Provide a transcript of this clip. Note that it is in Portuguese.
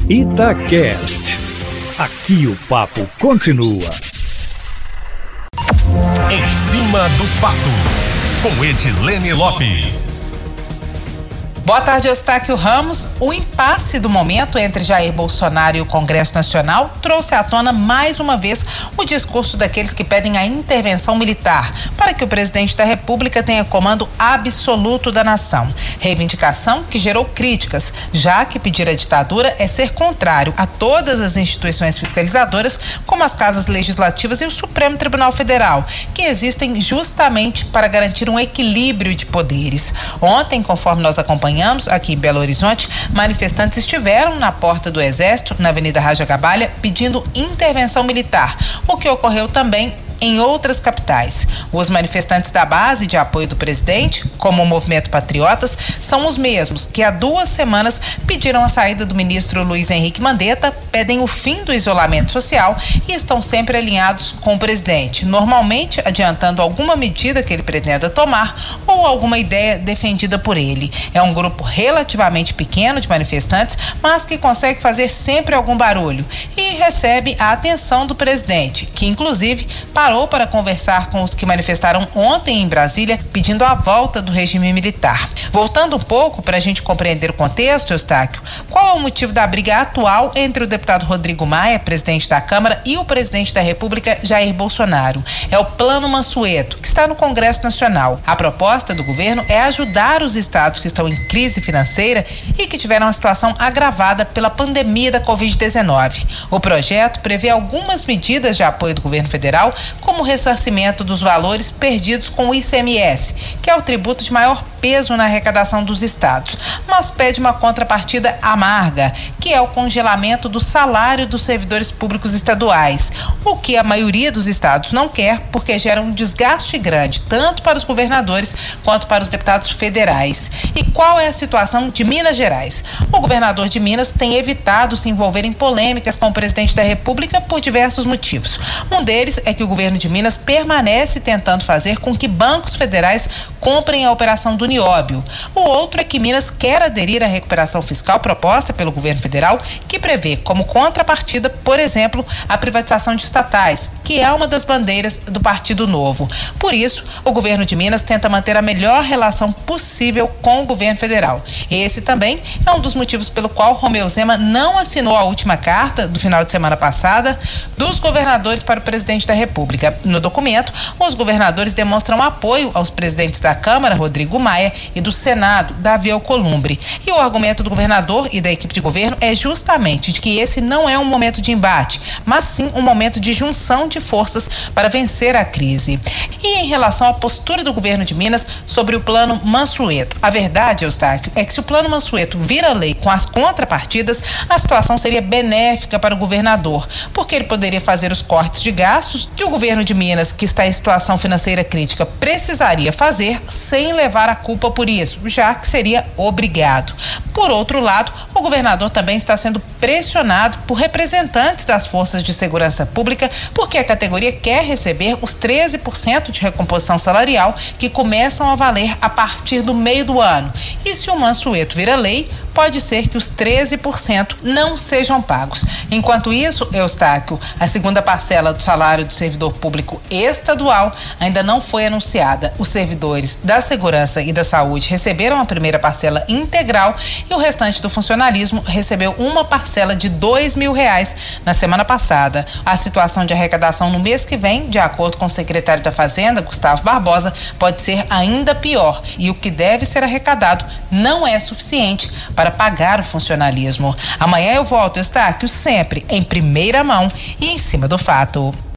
Itacast. Aqui o papo continua. Em cima do fato, com Edilene Lopes. Boa tarde, Eustáquio Ramos. O impasse do momento entre Jair Bolsonaro e o Congresso Nacional trouxe à tona mais uma vez o discurso daqueles que pedem a intervenção militar para que o presidente da República tenha comando absoluto da nação. Reivindicação que gerou críticas, já que pedir a ditadura é ser contrário a todas as instituições fiscalizadoras, como as casas legislativas e o Supremo Tribunal Federal, que existem justamente para garantir um equilíbrio de poderes. Ontem, conforme nós acompanhamos aqui em Belo Horizonte, manifestantes estiveram na porta do Exército, na Avenida Raja Gabalha, pedindo intervenção militar, o que ocorreu também em outras capitais. Os manifestantes da base de apoio do presidente, como o Movimento Patriotas, são os mesmos que há 2 semanas pediram a saída do ministro Luiz Henrique Mandetta, pedem o fim do isolamento social e estão sempre alinhados com o presidente, normalmente adiantando alguma medida que ele pretenda tomar ou alguma ideia defendida por ele. É um grupo relativamente pequeno de manifestantes, mas que consegue fazer sempre algum barulho e recebe a atenção do presidente, que inclusive parou para conversar com os que manifestaram ontem em Brasília, pedindo a volta do regime militar. Voltando um pouco para a gente compreender o contexto, Eustáquio, qual é o motivo da briga atual entre o deputado Rodrigo Maia, presidente da Câmara, e o presidente da República, Jair Bolsonaro? É o Plano Mansueto, que está no Congresso Nacional. A proposta do governo é ajudar os estados que estão em crise financeira e que tiveram a situação agravada pela pandemia da Covid-19. O projeto prevê algumas medidas de apoio do governo federal, como o ressarcimento dos valores perdidos com o ICMS, que é o tributo de maior peso na arrecadação dos estados, mas pede uma contrapartida amarga, que é o congelamento do salário dos servidores públicos estaduais, o que a maioria dos estados não quer, porque gera um desgaste grande, tanto para os governadores quanto para os deputados federais. E qual é a situação de Minas Gerais? O governador de Minas tem evitado se envolver em polêmicas com o presidente da República por diversos motivos. Um deles é que o governo de Minas permanece tentando fazer com que bancos federais comprem a operação do Nióbio. O outro é que Minas quer aderir à recuperação fiscal proposta pelo governo federal, que prevê como contrapartida, por exemplo, a privatização de estatais, que é uma das bandeiras do Partido Novo. Por isso, o governo de Minas tenta manter a melhor relação possível com o governo federal. Esse também é um dos motivos pelo qual Romeu Zema não assinou a última carta do final de semana passada dos governadores para o presidente da República. No documento, os governadores demonstram apoio aos presidentes da Câmara, Rodrigo Maia, e do Senado, Davi Alcolumbre. E o argumento do governador e da equipe de governo é justamente de que esse não é um momento de embate, mas sim um momento de junção de forças para vencer a crise. E em relação à postura do governo de Minas sobre o Plano Mansueto, a verdade, Eustáquio, é que se o Plano Mansueto vira lei com as contrapartidas, a situação seria benéfica para o governador, porque ele poderia fazer os cortes de gastos que o governo de Minas, que está em situação financeira crítica, precisaria fazer sem levar a culpa por isso, já que seria obrigado. Por outro lado, o governador também está sendo pressionado por representantes das forças de segurança pública, porque a categoria quer receber os 13% de recomposição salarial que começam a valer a partir do meio do ano. E se o Mansueto vira lei, pode ser que os 13% não sejam pagos. Enquanto isso, Eustáquio, a segunda parcela do salário do servidor público estadual ainda não foi anunciada. Os servidores da segurança e da saúde receberam a primeira parcela integral e o restante do funcionalismo recebeu uma parcela de R$2.000 na semana passada. A situação de arrecadação no mês que vem, de acordo com o secretário da Fazenda, Gustavo Barbosa, pode ser ainda pior e o que deve ser arrecadado não é suficiente para pagar o funcionalismo. Amanhã eu volto, Eustáquio, sempre em primeira mão e em cima do fato.